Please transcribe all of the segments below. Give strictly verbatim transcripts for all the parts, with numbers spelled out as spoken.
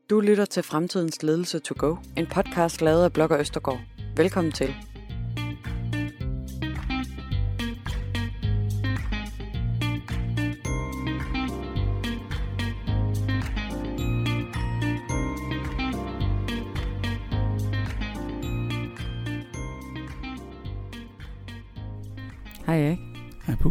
Du lytter til Fremtidens Ledelse to go, en podcast lavet af Blogger Østergaard. Velkommen til. Hej Erik. Hej Puk.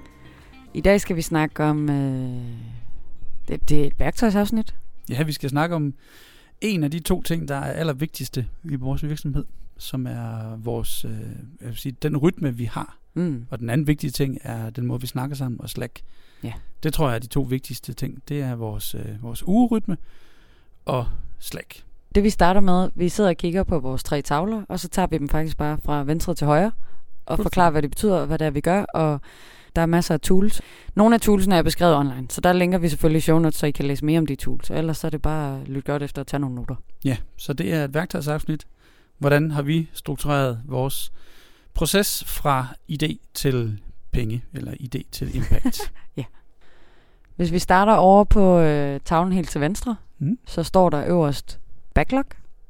I dag skal vi snakke om, øh, det, det er et værktøjsafsnit. Ja, vi skal snakke om en af de to ting, der er allervigtigste i vores virksomhed, som er vores, øh, jeg vil sige, den rytme, vi har. Mm. Og den anden vigtige ting er den måde, vi snakker sammen, og Slack. Ja. Det tror jeg er de to vigtigste ting. Det er vores, øh, vores ugerytme og Slack. Det vi starter med, vi sidder og kigger på vores tre tavler, og så tager vi dem faktisk bare fra venstre til højre, og forklarer, hvad det betyder, og hvad det er, vi gør, og der er masser af tools. Nogle af toolsene er beskrevet online, så der linker vi selvfølgelig i show notes, så I kan læse mere om de tools. Ellers så er det bare at lytte godt efter at tage nogle noter. Ja, så det er et værktøjsafsnit. Hvordan har vi struktureret vores proces fra idé til penge, eller idé til impact? Ja. Hvis vi starter over på øh, tavlen helt til venstre, mm. så står der øverst backlog.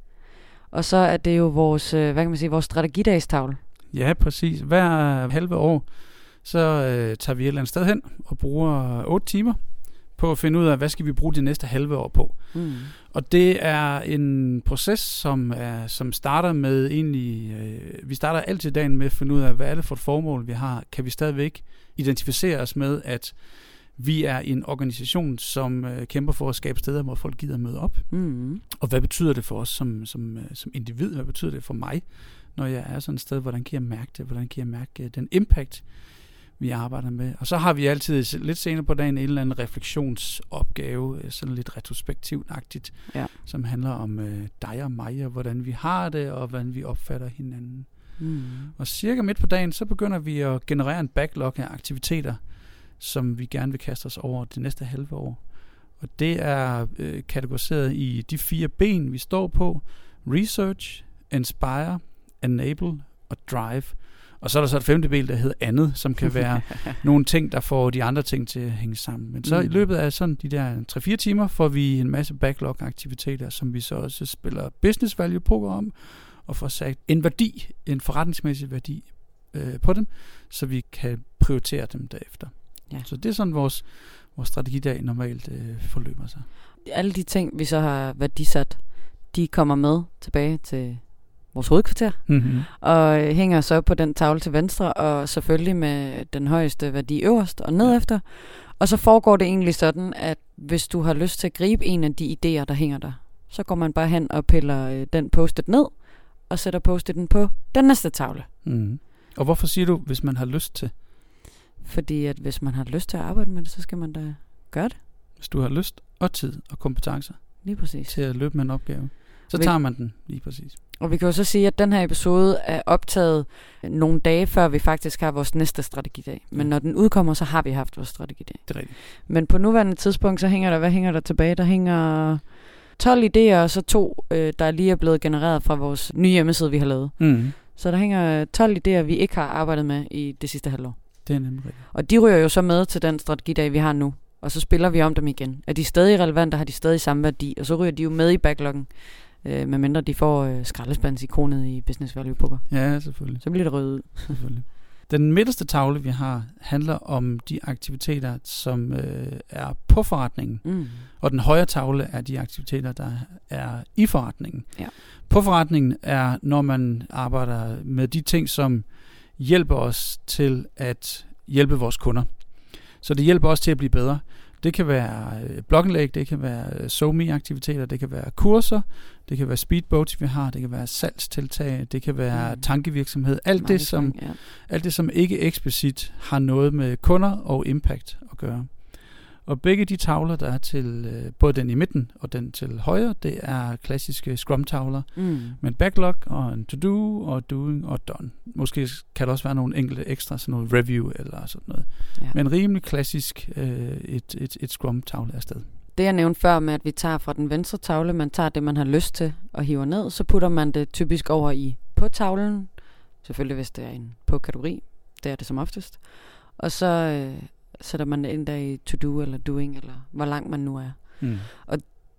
Og så er det jo vores, øh, hvad kan man sige, vores strategidagstavle. Ja, præcis. Hver halve år, så øh, tager vi et eller andet sted hen og bruger otte timer på at finde ud af, hvad skal vi bruge de næste halve år på. Mm. Og det er en proces, som, er, som starter med egentlig, øh, vi starter altid dagen med at finde ud af, hvad er det for et formål, vi har. Kan vi stadigvæk identificere os med, at vi er en organisation, som øh, kæmper for at skabe steder, hvor folk gider møde op. Mm. Og hvad betyder det for os som, som, som individ? Hvad betyder det for mig, når jeg er sådan et sted? Hvordan kan jeg mærke det? Hvordan kan jeg mærke den impact, vi arbejder med? Og så har vi altid lidt senere på dagen en eller anden refleksionsopgave, sådan lidt retrospektivt-agtigt, ja. som handler om øh, dig og mig, og hvordan vi har det, og hvordan vi opfatter hinanden. Mm. Og cirka midt på dagen, så begynder vi at generere en backlog af aktiviteter, som vi gerne vil kaste os over det næste halve år. Og det er øh, kategoriseret i de fire ben, vi står på: research, inspire, enable og drive. Og så er der så et femte ben, der hedder andet, som kan være nogle ting, der får de andre ting til at hænge sammen. Men så mm. i løbet af sådan de der tre fire timer, får vi en masse backlog-aktiviteter, som vi så også spiller business value på om, og får sat en værdi, en forretningsmæssig værdi øh, på dem, så vi kan prioritere dem derefter. Ja. Så det er sådan, vores, vores strategidag normalt øh, forløber sig. Alle de ting, vi så har værdisat, de kommer med tilbage til vores hovedkvarter, mm-hmm. og hænger så på den tavle til venstre, og selvfølgelig med den højeste værdi øverst og nedefter. Og så foregår det egentlig sådan, at hvis du har lyst til at gribe en af de idéer, der hænger der, så går man bare hen og piller øh, den post-it ned, og sætter post-iten på den næste tavle. Mm-hmm. Og hvorfor siger du, hvis man har lyst til? Fordi at hvis man har lyst til at arbejde med det, så skal man da gøre det. Hvis du har lyst og tid og kompetencer lige præcis til at løbe med en opgave, så vi, tager man den lige præcis. Og vi kan jo så sige, at den her episode er optaget nogle dage før vi faktisk har vores næste strategidag. Men når den udkommer, så har vi haft vores strategidag. Det er rigtigt. Men på nuværende tidspunkt, så hænger der, hvad hænger der tilbage? Der hænger tolv idéer, og så to, øh, der lige er blevet genereret fra vores nye hjemmeside, vi har lavet. Mm. Så der hænger tolv idéer, vi ikke har arbejdet med i det sidste halvår. Det er nemlig rigtigt. Og de ryger jo så med til den strategidag, vi har nu. Og så spiller vi om dem igen. Er de stadig relevante, har de stadig samme værdi, og så ryger de jo med i backloggen. Øh, medmindre de får øh, skraldespandsikonet i Business Value Poker. Ja, selvfølgelig. Så bliver det røget ud. Selvfølgelig. Den midterste tavle, vi har, handler om de aktiviteter, som øh, er på forretningen. Mm. Og den højre tavle er de aktiviteter, der er i forretningen. Ja. På forretningen er, når man arbejder med de ting, som hjælper os til at hjælpe vores kunder. Så det hjælper os til at blive bedre. Det kan være blogindlæg, det kan være SoMe-aktiviteter, det kan være kurser, det kan være speedboats, vi har, det kan være salgstiltag, det kan være mm. tankevirksomhed. Alt det, som, ja. alt det, som ikke eksplicit har noget med kunder og impact at gøre. Og begge de tavler, der er til, både den i midten og den til højre, det er klassiske Scrum-tavler mm. med en backlog og en to-do og doing og done. Måske kan der også være nogle enkelte ekstra, sådan noget review eller sådan noget. Ja. Men rimelig klassisk øh, et, et, et Scrum-tavle afsted. Det jeg nævnte før med, at vi tager fra den venstre tavle, man tager det, man har lyst til og hiver ned, så putter man det typisk over i på tavlen. Selvfølgelig hvis det er en på kategori, det er det som oftest. Og så øh, sætter man det ind der i to-do eller doing, eller hvor langt man nu er. Mm. Og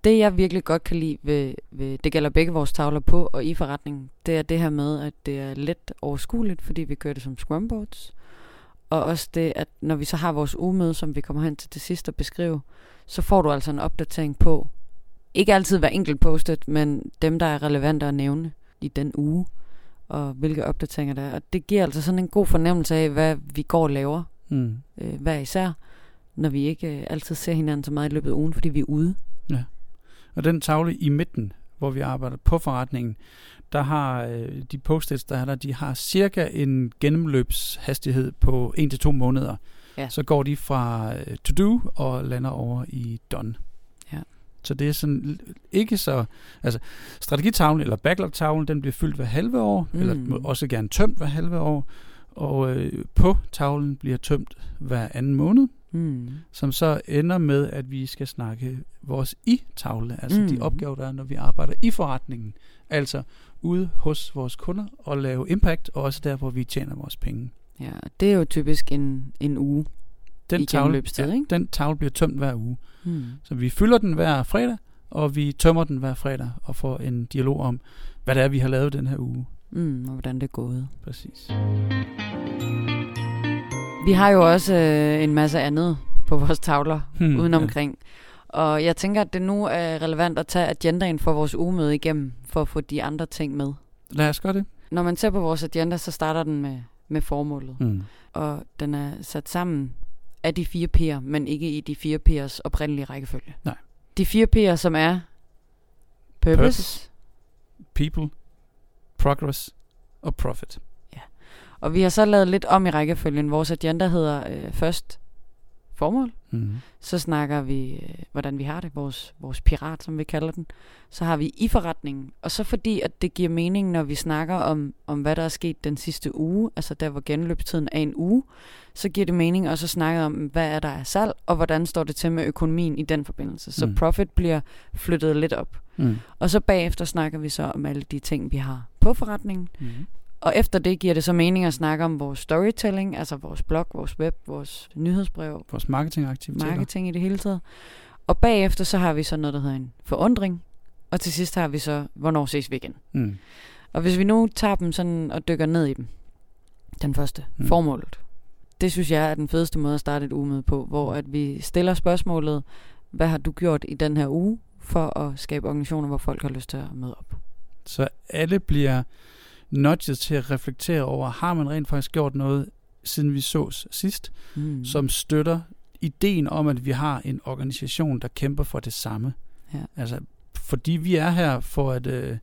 det jeg virkelig godt kan lide ved, ved, det gælder begge vores tavler på og i forretningen, det er det her med, at det er let overskueligt, fordi vi kører det som scrumboards. Og også det, at når vi så har vores ugemøde, som vi kommer hen til det sidste at beskrive, så får du altså en opdatering på, ikke altid hver enkelt postet, men dem, der er relevante at nævne i den uge, og hvilke opdateringer der er. Og det giver altså sådan en god fornemmelse af, hvad vi går og laver, mm. øh, hver især, når vi ikke øh, altid ser hinanden så meget i løbet af ugen, fordi vi er ude. Ja. Og den tavle i midten, hvor vi arbejder på forretningen, der har øh, de post-its, der er der, de har cirka en gennemløbshastighed på en til to måneder. Ja. Så går de fra øh, to-do og lander over i done. Ja. Så det er sådan ikke så... Altså, strategitavlen eller backlog-tavlen, den bliver fyldt hver halve år, mm. eller også gerne tømt hver halve år, og øh, på tavlen bliver tømt hver anden måned, mm. som så ender med, at vi skal snakke vores i-tavle, altså mm. de opgaver, der er, når vi arbejder i forretningen, altså ude hos vores kunder og lave impact, og også der, hvor vi tjener vores penge. Ja, det er jo typisk en, en uge den i tavle, gennemløbstid, ja, ikke? Den tavle bliver tømt hver uge. Mm. Så vi fylder den hver fredag, og vi tømmer den hver fredag, og får en dialog om, hvad det er, vi har lavet den her uge. Mm, og hvordan det er gået. Præcis. Vi har jo også øh, en masse andet på vores tavler hmm, udenomkring. Ja. Og jeg tænker, at det nu er relevant at tage agendaen for vores ugemøde igennem, for at få de andre ting med. Lad os gøre det. Når man ser på vores agenda, så starter den med, med formålet. Hmm. Og den er sat sammen af de fire P'er, men ikke i de fire P'ers oprindelige rækkefølge. Nej. De fire P'er, som er purpose, purpose, people, progress og profit. Ja. Og vi har så lavet lidt om i rækkefølgen. Vores agenda hedder øh, først formål. Mm-hmm. Så snakker vi, øh, hvordan vi har det. Vores, vores pirat, som vi kalder den. Så har vi i forretningen. Og så fordi, at det giver mening, når vi snakker om, om hvad der er sket den sidste uge, altså der hvor genløbstiden er en uge, så giver det mening også at snakke om, hvad er der af salg, og hvordan står det til med økonomien i den forbindelse. Så mm. profit bliver flyttet lidt op. Mm. Og så bagefter snakker vi så om alle de ting, vi har på forretningen. Mm. Og efter det giver det så mening at snakke om vores storytelling, altså vores blog, vores web, vores nyhedsbrev. Vores marketingaktiviteter. Marketing i det hele taget. Og bagefter så har vi så noget, der hedder en forundring. Og til sidst har vi så, hvornår ses vi igen. Mm. Og hvis vi nu tager dem sådan og dykker ned i dem. Den første, mm. formålet. Det synes jeg er den fedeste måde at starte et ugemøde på, hvor at vi stiller spørgsmålet, hvad har du gjort i den her uge, for at skabe organisationer, hvor folk har lyst til at møde op. Så alle bliver nudget til at reflektere over, har man rent faktisk gjort noget, siden vi sås sidst, mm. som støtter ideen om, at vi har en organisation, der kæmper for det samme. Ja. Altså, fordi vi er her for at øh,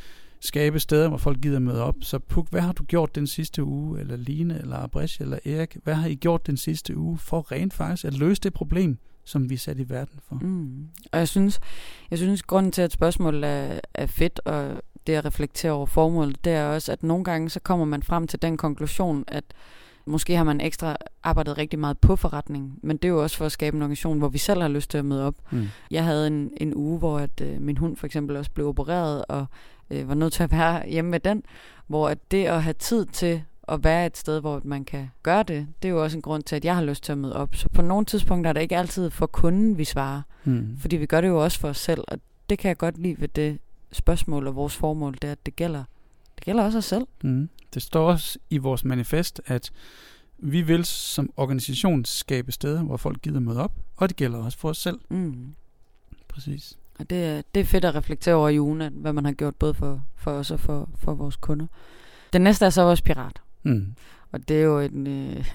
skabe steder, hvor folk gider møde op. Så Puk, hvad har du gjort den sidste uge? Eller Line, eller Abresh, eller Erik? Hvad har I gjort den sidste uge for rent faktisk at løse det problem, som vi er sat i verden for? Mm. Og jeg synes, jeg synes, grunden til, at spørgsmålet er, er fedt, og det at reflektere over formålet, det er også, at nogle gange, så kommer man frem til den konklusion, at måske har man ekstra arbejdet rigtig meget på forretningen, men det er jo også for at skabe en organisation, hvor vi selv har lyst til at møde op. Mm. Jeg havde en, en uge, hvor at, øh, min hund for eksempel også blev opereret, og øh, var nødt til at være hjemme med den, hvor at det at have tid til at være et sted, hvor man kan gøre det, det er jo også en grund til, at jeg har lyst til at møde op. Så på nogle tidspunkter er det ikke altid for kunden, vi svarer, mm. fordi vi gør det jo også for os selv, og det kan jeg godt lide ved det spørgsmål og vores formål, det er, at det gælder, det gælder også os selv. Mm. Det står også i vores manifest, at vi vil som organisation skabe steder, hvor folk gider møde op, og det gælder også for os selv. Mm. Præcis. Og det, det er fedt at reflektere over i ugen, hvad man har gjort både for, for os og for, for vores kunder. Den næste er så vores pirat. Mm. Og det er jo en... Øh,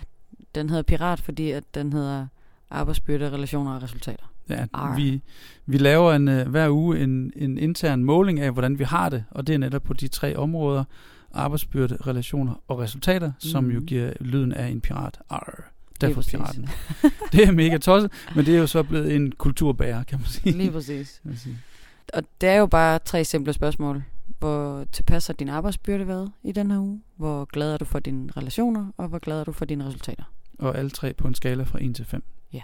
den hedder pirat, fordi at den hedder arbejdsbyrde, relationer og resultater. Ja, vi, vi laver en, uh, hver uge en, en intern måling af, hvordan vi har det, og det er netop på de tre områder, arbejdsbyrde, relationer og resultater, mm. som jo giver lyden af en pirat. Arr, derfor piraten. Det er mega tosset, men det er jo så blevet en kulturbærer, kan man sige. Lige præcis. Og det er jo bare tre simple spørgsmål. Hvor tilpas har din arbejdsbyrde været i den her uge? Hvor glad er du for dine relationer? Og hvor glad er du for dine resultater? Og alle tre på en skala fra en til fem. Ja.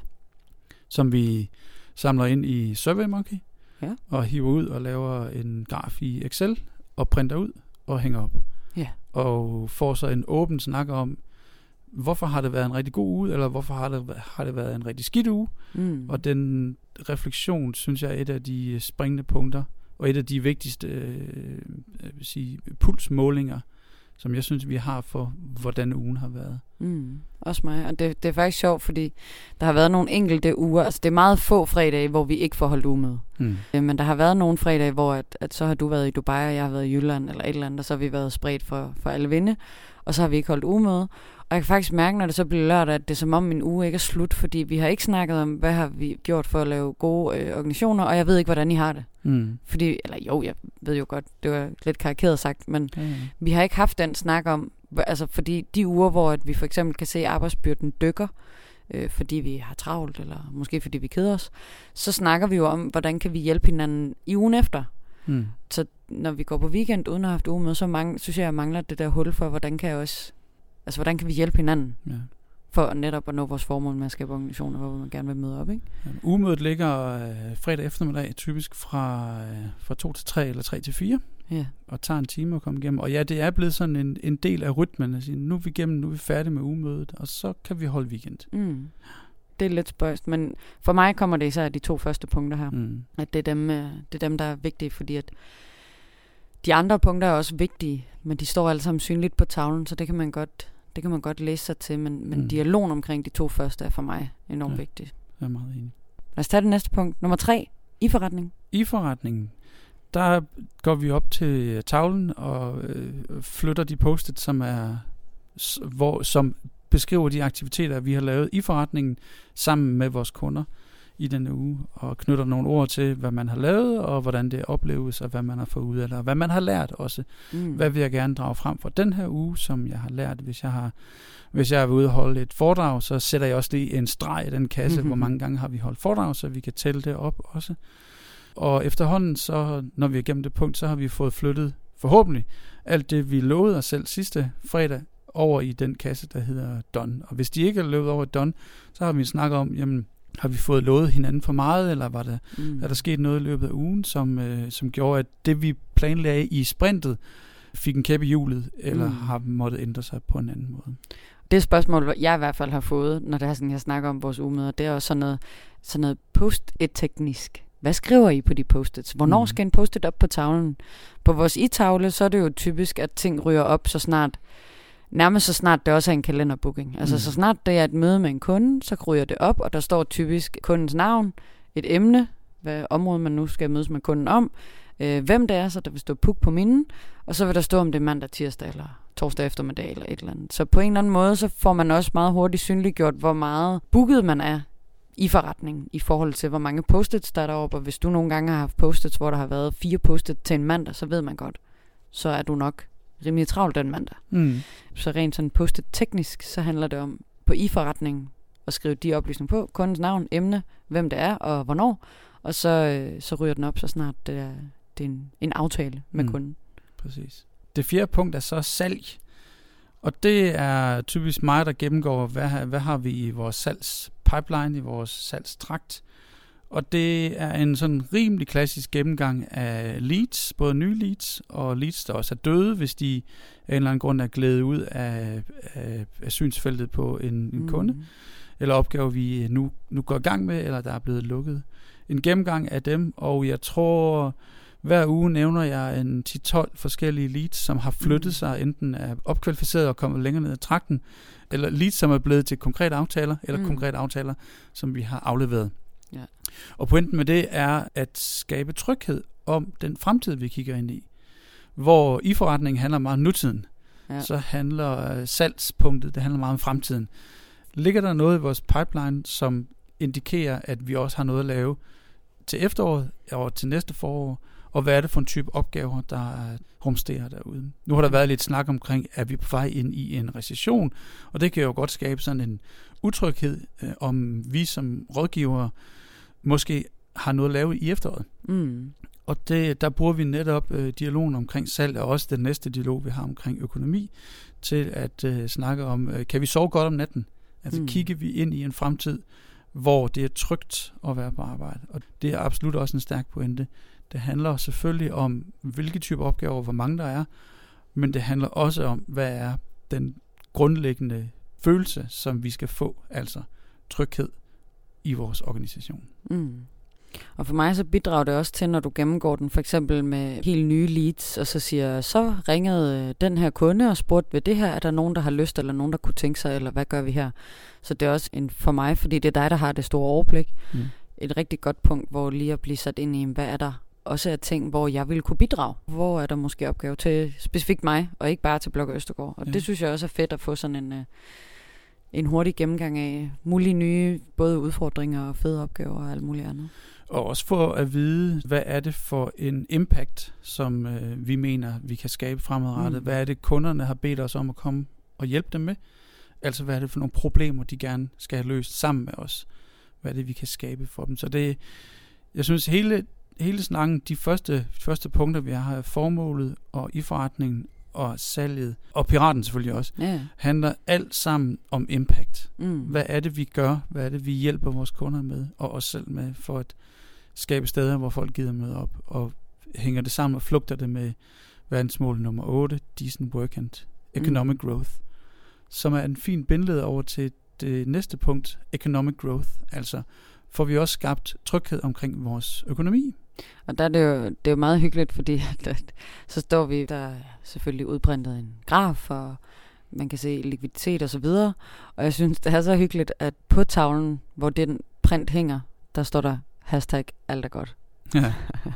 Som vi samler ind i SurveyMonkey, ja. Og hiver ud og laver en graf i Excel, og printer ud og hænger op. Ja. Og får så en åben snak om, hvorfor har det været en rigtig god uge, eller hvorfor har det, har det været en rigtig skidt uge. Mm. Og den refleksion, synes jeg, er et af de springende punkter, og et af de vigtigste øh, jeg vil sige, pulsmålinger, som jeg synes, vi har for, hvordan ugen har været. Mm. Også mig. Og det, det er faktisk sjovt, fordi der har været nogle enkelte uger, altså det er meget få fredage, hvor vi ikke får holdt ugemøde. Mm. Men der har været nogle fredage, hvor at, at så har du været i Dubai, og jeg har været i Jylland, eller et eller andet, og så har vi været spredt for, for alle vinde, og så har vi ikke holdt ugemøde. Og jeg kan faktisk mærke, når det så bliver lørdag, at det er som om min uge ikke er slut, fordi vi har ikke snakket om, hvad har vi gjort for at lave gode øh, organisationer, og jeg ved ikke, hvordan I har det. Mm. Fordi, eller jo, jeg ved jo godt, det var lidt karikeret sagt, men mm. vi har ikke haft den snak om, altså fordi de uger, hvor at vi for eksempel kan se, at arbejdsbyrden dykker, øh, fordi vi har travlt, eller måske fordi vi keder os, så snakker vi jo om, hvordan kan vi hjælpe hinanden i ugen efter. Mm. Så når vi går på weekend uden at have haft ugemøde, så mange, synes jeg, jeg mangler det der hul for, hvordan kan jeg også, altså hvordan kan vi hjælpe hinanden, ja. For netop at nå vores formål med at skabe organisationer, hvor man gerne vil møde op, ikke? Ja, ugemødet ligger øh, fredag eftermiddag, typisk fra, øh, fra to til tre eller tre til fire, ja. Og tager en time at komme igennem. Og ja, det er blevet sådan en, en del af rytmen, at sige, nu er vi igennem, nu er vi færdige med ugemødet, og så kan vi holde weekend. Mm. Det er lidt spøjst, men for mig kommer det især de to første punkter her, mm. at det er, dem, det er dem, der er vigtige, fordi at de andre punkter er også vigtige, men de står alle sammen synligt på tavlen, så det kan man godt, det kan man godt læse sig til, men, men mm. dialogen omkring de to første er for mig enormt ja, vigtig. Jeg er meget enig. Lad os tage det næste punkt. Nummer tre. I forretningen. I forretningen. Der går vi op til tavlen og øh, flytter de post-it, som er hvor, som beskriver de aktiviteter, vi har lavet i forretningen sammen med vores kunder i denne uge, og knytter nogle ord til, hvad man har lavet, og hvordan det opleves, og hvad man har fået ud af det, og hvad man har lært også. Mm. Hvad vil jeg gerne drage frem fra den her uge, som jeg har lært. Hvis jeg har, hvis jeg er ude og holde et foredrag, så sætter jeg også lige en streg i den kasse, mm-hmm. hvor mange gange har vi holdt foredrag, så vi kan tælle det op også. Og efterhånden, så, når vi er gennem det punkt, så har vi fået flyttet, forhåbentlig, alt det, vi lovede os selv sidste fredag, over i den kasse, der hedder Done. Og hvis de ikke er løbet over Done, så har vi snakket om, jamen, har vi fået lovet hinanden for meget, eller var der, mm. er der sket noget i løbet af ugen, som, øh, som gjorde, at det, vi planlagde i sprintet, fik en kæppe i hjulet, eller mm. har måttet ændre sig på en anden måde? Det spørgsmål, jeg i hvert fald har fået, når det er sådan, jeg snakker om vores ugemøder, det er også sådan noget, sådan noget post-it-teknisk. Hvad skriver I på de post-its? Hvornår mm. skal en post-it op på tavlen? På vores i-tavle, så er det jo typisk, at ting ryger op så snart, nærmest så snart det også er en kalenderbooking. Altså mm. så snart det er et møde med en kunde, så ryger det op, og der står typisk kundens navn, et emne, hvad område man nu skal mødes med kunden om, øh, hvem det er, så der vil stå puk på minden, og så vil der stå, om det er mandag, tirsdag eller torsdag eftermiddag eller et eller andet. Så på en eller anden måde, så får man også meget hurtigt synliggjort, hvor meget booket man er i forretningen, i forhold til, hvor mange post-its der er deroppe. Og hvis du nogle gange har haft post-its, hvor der har været fire post-its til en mandag, så ved man godt, så er du nok rimelig travlt den mandag. Mm. Så rent sådan post-it teknisk, så handler det om på i forretningen at skrive de oplysninger på, kundens navn, emne, hvem det er og hvornår, og så, øh, så ryger den op, så snart det er, det er en, en aftale med mm. kunden. Præcis. Det fjerde punkt er så salg. Og det er typisk mig, der gennemgår, hvad, hvad har vi i vores salgspipeline, i vores salgstrakt. Og det er en sådan rimelig klassisk gennemgang af leads, både nye leads og leads, der også er døde, hvis de af en eller anden grund er glædet ud af, af, af synsfeltet på en, en mm. kunde, eller opgaver, vi nu, nu går i gang med, eller der er blevet lukket. En gennemgang af dem, og jeg tror, hver uge nævner jeg en ti til tolv forskellige leads, som har flyttet mm. sig, enten er opkvalificeret og kommet længere ned ad trakten, eller leads, som er blevet til konkrete aftaler, eller mm. konkrete aftaler, som vi har afleveret. Ja. Og pointen med det er at skabe tryghed om den fremtid, vi kigger ind i. Hvor i forretningen handler meget om nutiden, ja. Så handler salgspunktet, det handler meget om fremtiden. Ligger der noget i vores pipeline, som indikerer, at vi også har noget at lave til efteråret og til næste forår, og hvad er det for en type opgaver, der rumsterer derude? Nu har der været lidt snak omkring, at vi er på vej ind i en recession, og det kan jo godt skabe sådan en utryghed, øh, om vi som rådgivere måske har noget at lave i efteråret. Mm. Og det, der bruger vi netop øh, dialogen omkring salg, og også den næste dialog, vi har omkring økonomi, til at øh, snakke om, øh, kan vi sove godt om natten? Altså mm. kigger vi ind i en fremtid, hvor det er trygt at være på arbejde. Og det er absolut også en stærk pointe. Det handler selvfølgelig om, hvilke type opgaver, hvor mange der er, men det handler også om, hvad er den grundlæggende følelse, som vi skal få, altså tryghed i vores organisation. Mm. Og for mig så bidrager det også til, når du gennemgår den, for eksempel med helt nye leads, og så siger, så ringede den her kunde og spurgte ved det her, er der nogen, der har lyst, eller nogen, der kunne tænke sig, eller hvad gør vi her? Så det er også en, for mig, fordi det er dig, der har det store overblik, mm. et rigtig godt punkt, hvor lige at blive sat ind i, hvad er der også af ting, hvor jeg ville kunne bidrage. Hvor er der måske opgave til specifikt mig, og ikke bare til Blok Østergaard. Og ja. Det synes jeg også er fedt at få sådan en, en hurtig gennemgang af mulige nye, både udfordringer og fede opgaver og alt muligt andet. Og også for at vide, hvad er det for en impact, som øh, vi mener, vi kan skabe fremadrettet. Mm. Hvad er det, kunderne har bedt os om at komme og hjælpe dem med? Altså, hvad er det for nogle problemer, de gerne skal have løst sammen med os? Hvad er det, vi kan skabe for dem? Så det, jeg synes, hele, hele snakken, de første, første punkter, vi har, formålet og i forretningen og salget, og piraten selvfølgelig også, yeah. handler alt sammen om impact. Mm. Hvad er det, vi gør? Hvad er det, vi hjælper vores kunder med, og os selv med, for at skabe steder, hvor folk gider møde op, og hænger det sammen og flugter det med verdensmål nummer otte, Decent Work and Economic mm. Growth, som er en fin bindeled over til det næste punkt, Economic Growth. Altså får vi også skabt tryghed omkring vores økonomi. Og der er det jo, det er jo meget hyggeligt, fordi der, så står vi, der er selvfølgelig udprintet en graf, og man kan se likviditet og så videre. Og jeg synes, det er så hyggeligt, at på tavlen, hvor den print hænger, der står der hashtag alt er godt. Ja,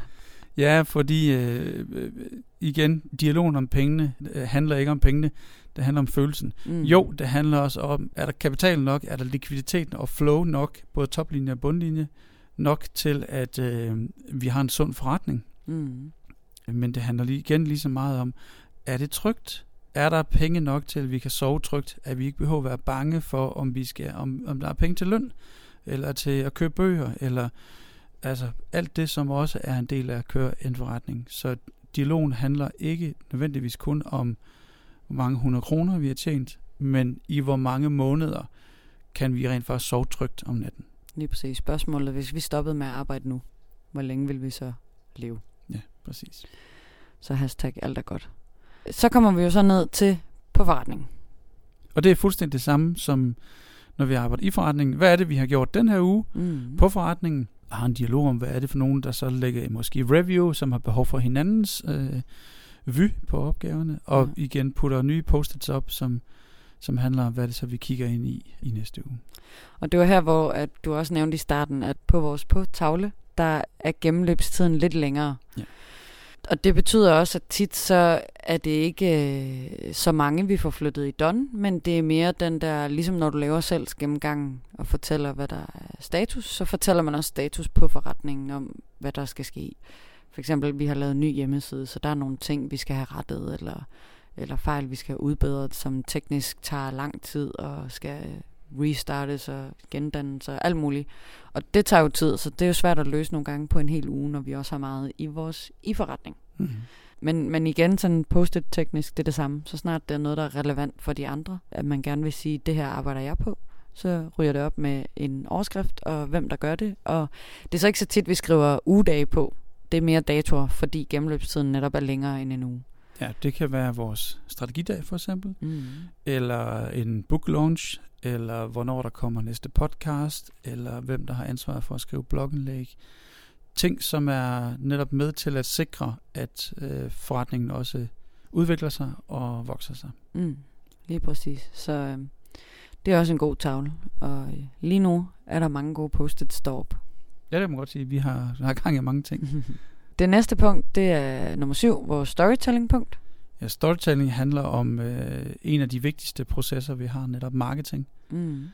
ja fordi øh, igen, dialogen om pengene øh, handler ikke om pengene, det handler om følelsen. Mm. Jo, det handler også om, er der kapital nok, er der likviditet og flow nok, både toplinje og bundlinje, nok til, at øh, vi har en sund forretning. Mm. Men det handler lige, igen lige så meget om, er det trygt? Er der penge nok til, at vi kan sove trygt? At vi ikke behøver at være bange for, om vi skal, om, om der er penge til løn, eller til at købe bøger, eller altså alt det, som også er en del af at køre en forretning. Så dialogen handler ikke nødvendigvis kun om, hvor mange hundrede kroner vi har tjent, men i hvor mange måneder kan vi rent faktisk sove trygt om natten. Lige præcis. Spørgsmålet, hvis vi stoppede med at arbejde nu, hvor længe vil vi så leve? Ja, præcis. Så hashtag alt er godt. Så kommer vi jo så ned til på forretningen. Og det er fuldstændig det samme, som når vi arbejder i forretningen. Hvad er det, vi har gjort den her uge mm. på forretningen? Og har en dialog om, hvad er det for nogen, der så lægger måske review, som har behov for hinandens øh, vy på opgaverne. Og ja. igen putter nye post-its op, som som handler om, hvad det så vi kigger ind i i næste uge. Og det var her, hvor at du også nævnte i starten, at på vores på tavle, der er gennemløbstiden lidt længere. Ja. Og det betyder også, at tit så er det ikke øh, så mange, vi får flyttet i done, men det er mere den der, ligesom når du laver selv gennemgang og fortæller, hvad der er status, så fortæller man også status på forretningen om, hvad der skal ske. For eksempel, vi har lavet en ny hjemmeside, så der er nogle ting, vi skal have rettet, eller eller fejl, vi skal have udbedret, som teknisk tager lang tid og skal restartes og gendannes og alt muligt. Og det tager jo tid, så det er jo svært at løse nogle gange på en hel uge, når vi også har meget i vores i-forretning. Mm-hmm. Men, men igen, sådan post-it teknisk, det er det samme. Så snart det er noget, der er relevant for de andre, at man gerne vil sige, det her arbejder jeg på, så ryger det op med en overskrift, og hvem der gør det. Og det er så ikke så tit, vi skriver ugedage på. Det er mere datoer, fordi gennemløbstiden netop er længere end en uge. Ja, det kan være vores strategidag for eksempel, mm. eller en book launch, eller hvornår der kommer næste podcast, eller hvem der har ansvaret for at skrive blogindlæg. Ting, som er netop med til at sikre, at øh, forretningen også udvikler sig og vokser sig. Mm. Lige præcis. Så øh, det er også en god tavle, og øh, lige nu er der mange gode post-it stop. Ja, det må man godt sige. Vi har, har gang i mange ting. Det næste punkt, det er nummer syv, vores storytelling-punkt. Ja, storytelling handler om øh, en af de vigtigste processer, vi har, netop marketing. Mm.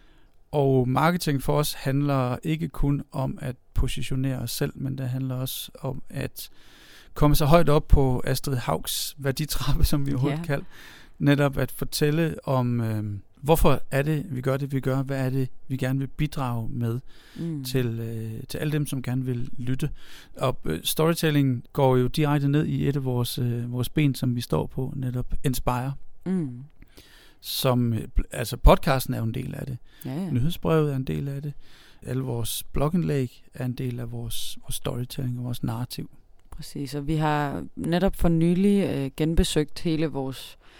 Og marketing for os handler ikke kun om at positionere os selv, men det handler også om at komme så højt op på Astrid Haugs værditrappe, som vi overhovedet yeah. kalder. Netop at fortælle om, øh, hvorfor er det, vi gør det, vi gør. Hvad er det, vi gerne vil bidrage med mm. til, øh, til alle dem, som gerne vil lytte. Og øh, storytelling går jo direkte ned i et af vores, øh, vores ben, som vi står på, netop Inspire. Mm. Som, øh, altså podcasten er jo en del af det. Ja, ja. Nyhedsbrevet er en del af det. Alle vores blogindlæg er en del af vores, vores storytelling og vores narrativ. Præcis, og vi har netop for nylig øh, genbesøgt hele vores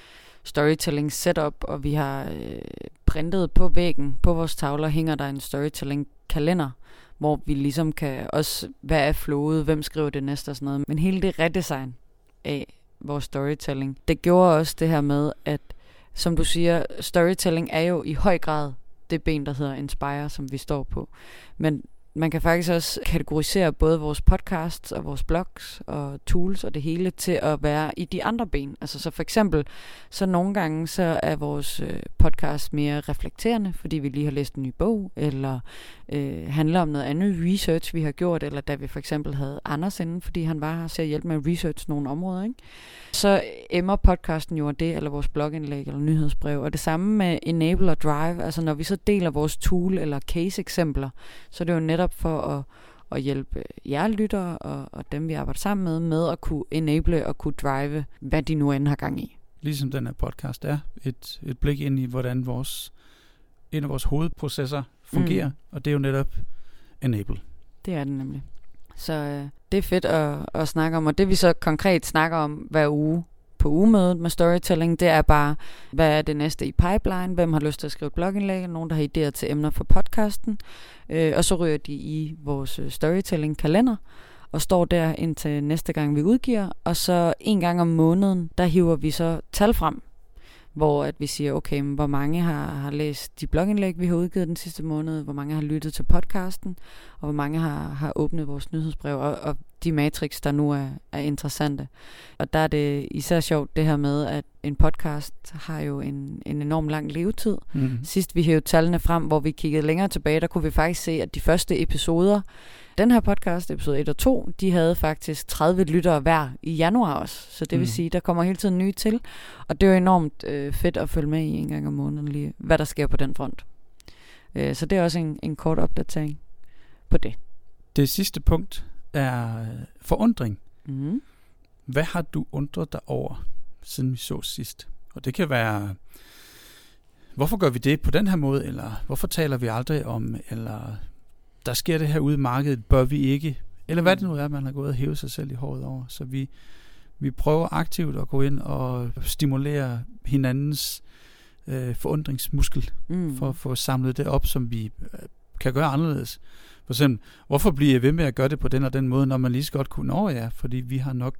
storytelling setup, og vi har øh, printet på væggen, på vores tavler hænger der en storytelling kalender, hvor vi ligesom kan også, hvad er flowet, hvem skriver det næste og sådan noget. Men hele det redesign af vores storytelling, det gjorde også det her med, at som du siger, storytelling er jo i høj grad det ben, der hedder Inspire, som vi står på. Men man kan faktisk også kategorisere både vores podcasts og vores blogs og tools og det hele til at være i de andre ben. Altså så for eksempel, så nogle gange så er vores øh, podcast mere reflekterende, fordi vi lige har læst en ny bog, eller øh, handler om noget andet research, vi har gjort, eller da vi for eksempel havde Anders inden, fordi han var her til at hjælpe med at research nogle områder, ikke? Så emmer podcasten jo det, eller vores blogindlæg, eller nyhedsbrev. Og det samme med Enable og Drive. Altså når vi så deler vores tool eller case-eksempler, så er det jo netop for at, at hjælpe jer lyttere og, og dem, vi arbejder sammen med, med at kunne enable og kunne drive, hvad de nu end har gang i. Ligesom den her podcast er et, et blik ind i, hvordan vores, en af vores hovedprocesser fungerer. Mm. Og det er jo netop Enable. Det er det nemlig. Så øh, det er fedt at, at snakke om, og det vi så konkret snakker om hver uge på ugemødet med storytelling, det er bare, hvad er det næste i pipeline, hvem har lyst til at skrive et blogindlæg, nogen der har idéer til emner for podcasten, øh, og så ryger de i vores storytelling-kalender, og står der indtil næste gang vi udgiver, og så en gang om måneden, der hiver vi så tal frem, hvor at vi siger, okay, hvor mange har, har læst de blogindlæg, vi har udgivet den sidste måned, hvor mange har lyttet til podcasten, og hvor mange har, har åbnet vores nyhedsbrev, og, og de matrix, der nu er, er interessante. Og der er det især sjovt det her med, at en podcast har jo en, en enorm lang levetid. Mm. Sidst vi hævde tallene frem, hvor vi kiggede længere tilbage, der kunne vi faktisk se, at de første episoder, den her podcast, episode et og to, de havde faktisk tredive lyttere hver i januar også. Så det vil mm. sige, der kommer hele tiden nye til. Og det er jo enormt øh, fedt at følge med i en gang om måneden, lige, hvad der sker på den front. Øh, så det er også en, en kort opdatering på det. Det sidste punkt er forundring. Mm. Hvad har du undret dig over, siden vi så sidst? Og det kan være, hvorfor gør vi det på den her måde, eller hvorfor taler vi aldrig om, eller der sker det her ude i markedet, bør vi ikke? Eller hvad det nu er, man har gået og hævet sig selv i håret over. Så vi, vi prøver aktivt at gå ind og stimulere hinandens øh, forundringsmuskel, mm. for at få samlet det op, som vi øh, kan gøre anderledes. For eksempel, hvorfor bliver jeg ved med at gøre det på den og den måde, når man lige så godt kunne? Nå ja, fordi vi har nok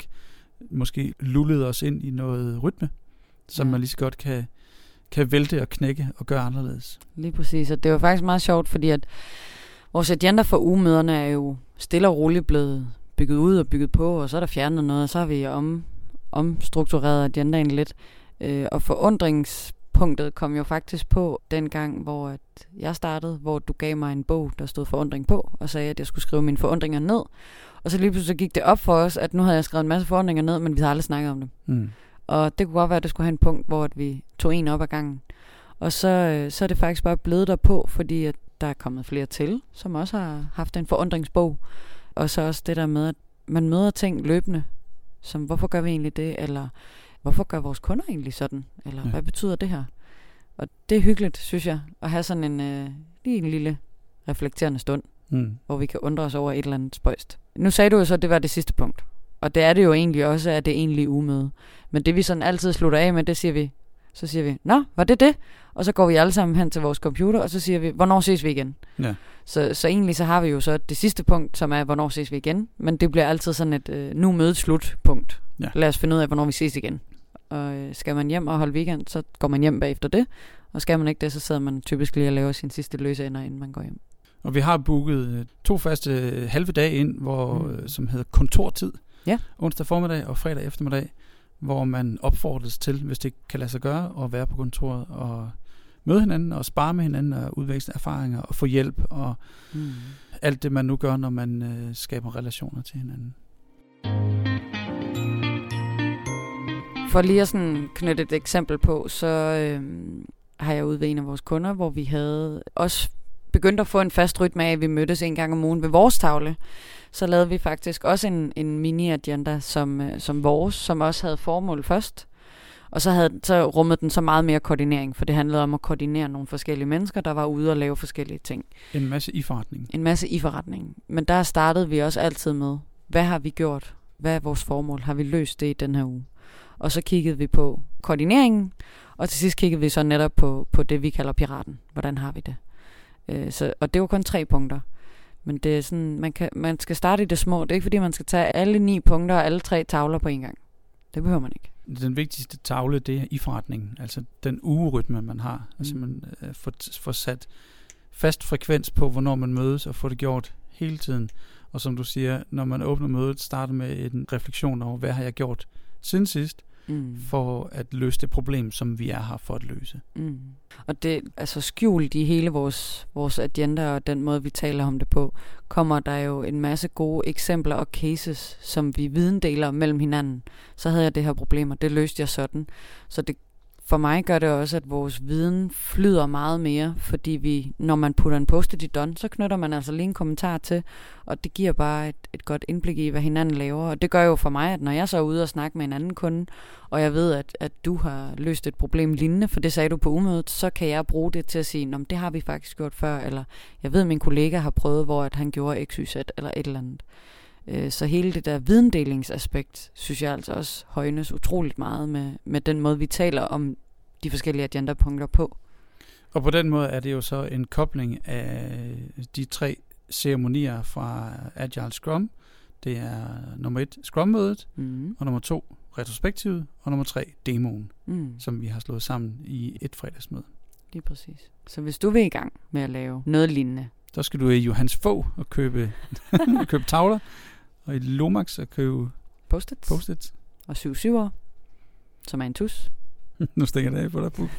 måske lullet os ind i noget rytme, som ja. man lige så godt kan, kan vælte og knække og gøre anderledes. Lige præcis, og det var faktisk meget sjovt, fordi at vores agenda for ugemøderne er jo stille og roligt blevet bygget ud og bygget på, og så er der fjernet noget, og så har vi om, omstruktureret agendaen lidt. Øh, og forundringspunktet kom jo faktisk på den gang, hvor at jeg startede, hvor du gav mig en bog, der stod forundring på, og sagde, at jeg skulle skrive mine forundringer ned. Og så lige pludselig gik det op for os, at nu havde jeg skrevet en masse forundringer ned, men vi havde aldrig snakket om dem. Mm. Og det kunne godt være, at det skulle have en punkt, hvor at vi tog en op ad gangen. Og så, øh, så er det faktisk bare blevet der på, fordi at der er kommet flere til, som også har haft en forundringsbog. Og så også det der med, at man møder ting løbende, som hvorfor gør vi egentlig det, eller hvorfor gør vores kunder egentlig sådan, eller ja. hvad betyder det her? Og det er hyggeligt, synes jeg, at have sådan en, øh, lige en lille reflekterende stund, mm. hvor vi kan undre os over et eller andet spøjst. Nu sagde du jo så, at det var det sidste punkt. Og det er det jo egentlig også, at det egentlige ugemøde. Men det vi sådan altid slutter af med, det siger vi, så siger vi, nå, var det det? Og så går vi alle sammen hen til vores computer, og så siger vi, hvornår ses vi igen? Ja. Så, så egentlig så har vi jo så det sidste punkt, som er, hvornår ses vi igen? Men det bliver altid sådan et, øh, nu mødet slutpunkt. Ja. Lad os finde ud af, hvornår vi ses igen. Og øh, skal man hjem og holde weekend, så går man hjem bagefter det. Og skal man ikke det, så sidder man typisk lige og laver sin sidste løse ender, inden man går hjem. Og vi har booket to faste halve dage ind, hvor, mm. som hedder kontortid. Ja. Onsdag formiddag og fredag eftermiddag, hvor man opfordres til, hvis det kan lade sig gøre, at være på kontoret og møde hinanden og spare med hinanden og udveksle erfaringer og få hjælp og mm. alt det, man nu gør, når man øh, skaber relationer til hinanden. For lige at sådan knytte et eksempel på, så øh, har jeg ude ved en af vores kunder, hvor vi havde også begyndt at få en fast rytme af, at vi mødtes en gang om ugen ved vores tavle. Så lavede vi faktisk også en, en mini-agenda som, øh, som vores, som også havde formål først. Og så, havde, så rummede den så meget mere koordinering, for det handlede om at koordinere nogle forskellige mennesker, der var ude og lave forskellige ting. En masse i forretning. En masse i forretning. Men der startede vi også altid med, hvad har vi gjort? Hvad er vores formål? Har vi løst det i den her uge? Og så kiggede vi på koordineringen, og til sidst kiggede vi så netop på, på det, vi kalder piraten. Hvordan har vi det? Øh, så, og det var kun tre punkter. Men det er sådan, man, kan, man skal starte i det små. Det er ikke fordi, man skal tage alle ni punkter og alle tre tavler på en gang. Det behøver man ikke. Den vigtigste tavle, det er i forretningen. Altså den ugerytme, man har. Mm. Altså man øh, får, får sat fast frekvens på, hvornår man mødes, og får det gjort hele tiden. Og som du siger, når man åbner mødet, starter med en refleksion over, hvad har jeg gjort siden sidst, mm. for at løse det problem, som vi er her for at løse. Mm. Og det, altså skjult i hele vores, vores agenda og den måde, vi taler om det på, kommer der jo en masse gode eksempler og cases, som vi videndeler mellem hinanden. Så havde jeg det her problem, og det løste jeg sådan. Så det for mig gør det også, at vores viden flyder meget mere, fordi vi, når man putter en post-it i done, så knytter man altså lige en kommentar til, og det giver bare et, et godt indblik i, hvad hinanden laver. Og det gør jo for mig, at når jeg så er ude og snakke med en anden kunde, og jeg ved, at, at du har løst et problem lignende, for det sagde du på umødet, så kan jeg bruge det til at sige, nå, det har vi faktisk gjort før, eller jeg ved, at min kollega har prøvet, hvor at han gjorde X Y Z, eller et eller andet. Så hele det der videndelingsaspekt, synes jeg altså også højnes utroligt meget med, med den måde, vi taler om de forskellige agendapunkter på. Og på den måde er det jo så en kobling af de tre ceremonier fra Agile Scrum. Det er nummer et, Scrum-mødet, mm. og nummer to, retrospektivet, og nummer tre, demoen, mm. som vi har slået sammen i et fredagsmøde. Lige præcis. Så hvis du vil i gang med at lave noget lignende, så skal du i Johans Fogh og købe, købe tavler, og i Lomax og købe post-its, post-its. og syv syvere, som er en tus. Nu stikker det af på dig, Puk.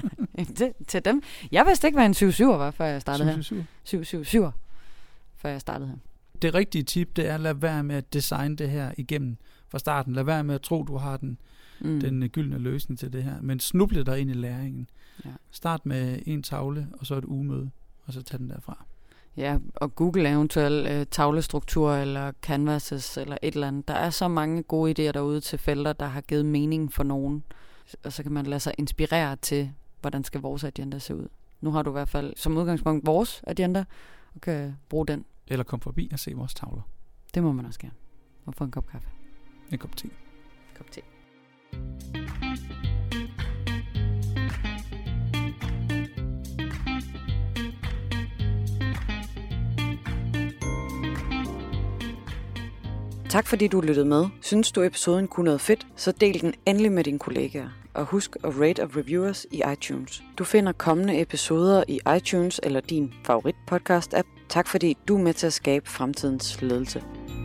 til, til dem. Jeg vidste ikke, hvad en syv syver var, før jeg startede syv, her. syv syv syv, før jeg startede her. Det rigtige tip, det er at lade være med at designe det her igennem fra starten. Lad være med at tro, du har den, mm. den gyldne løsning til det her. Men snuble dig ind i læringen. Ja. Start med en tavle, og så et ugemøde, og så tag den derfra. Ja, og Google eventuelt øh, tavlestruktur eller canvases eller et eller andet. Der er så mange gode idéer derude til felter, der har givet mening for nogen. Og så kan man lade sig inspirere til, hvordan skal vores agenda se ud. Nu har du i hvert fald som udgangspunkt vores agenda, og kan bruge den. Eller kom forbi og se vores tavler. Det må man også gerne. Og få en kop kaffe. En kop te. En kop te. Tak fordi du lyttede med. Synes du episoden kunne noget fedt, så del den endelig med dine kollegaer. Og husk at rate og review os i iTunes. Du finder kommende episoder i iTunes eller din favorit podcast app. Tak fordi du er med til at skabe fremtidens ledelse.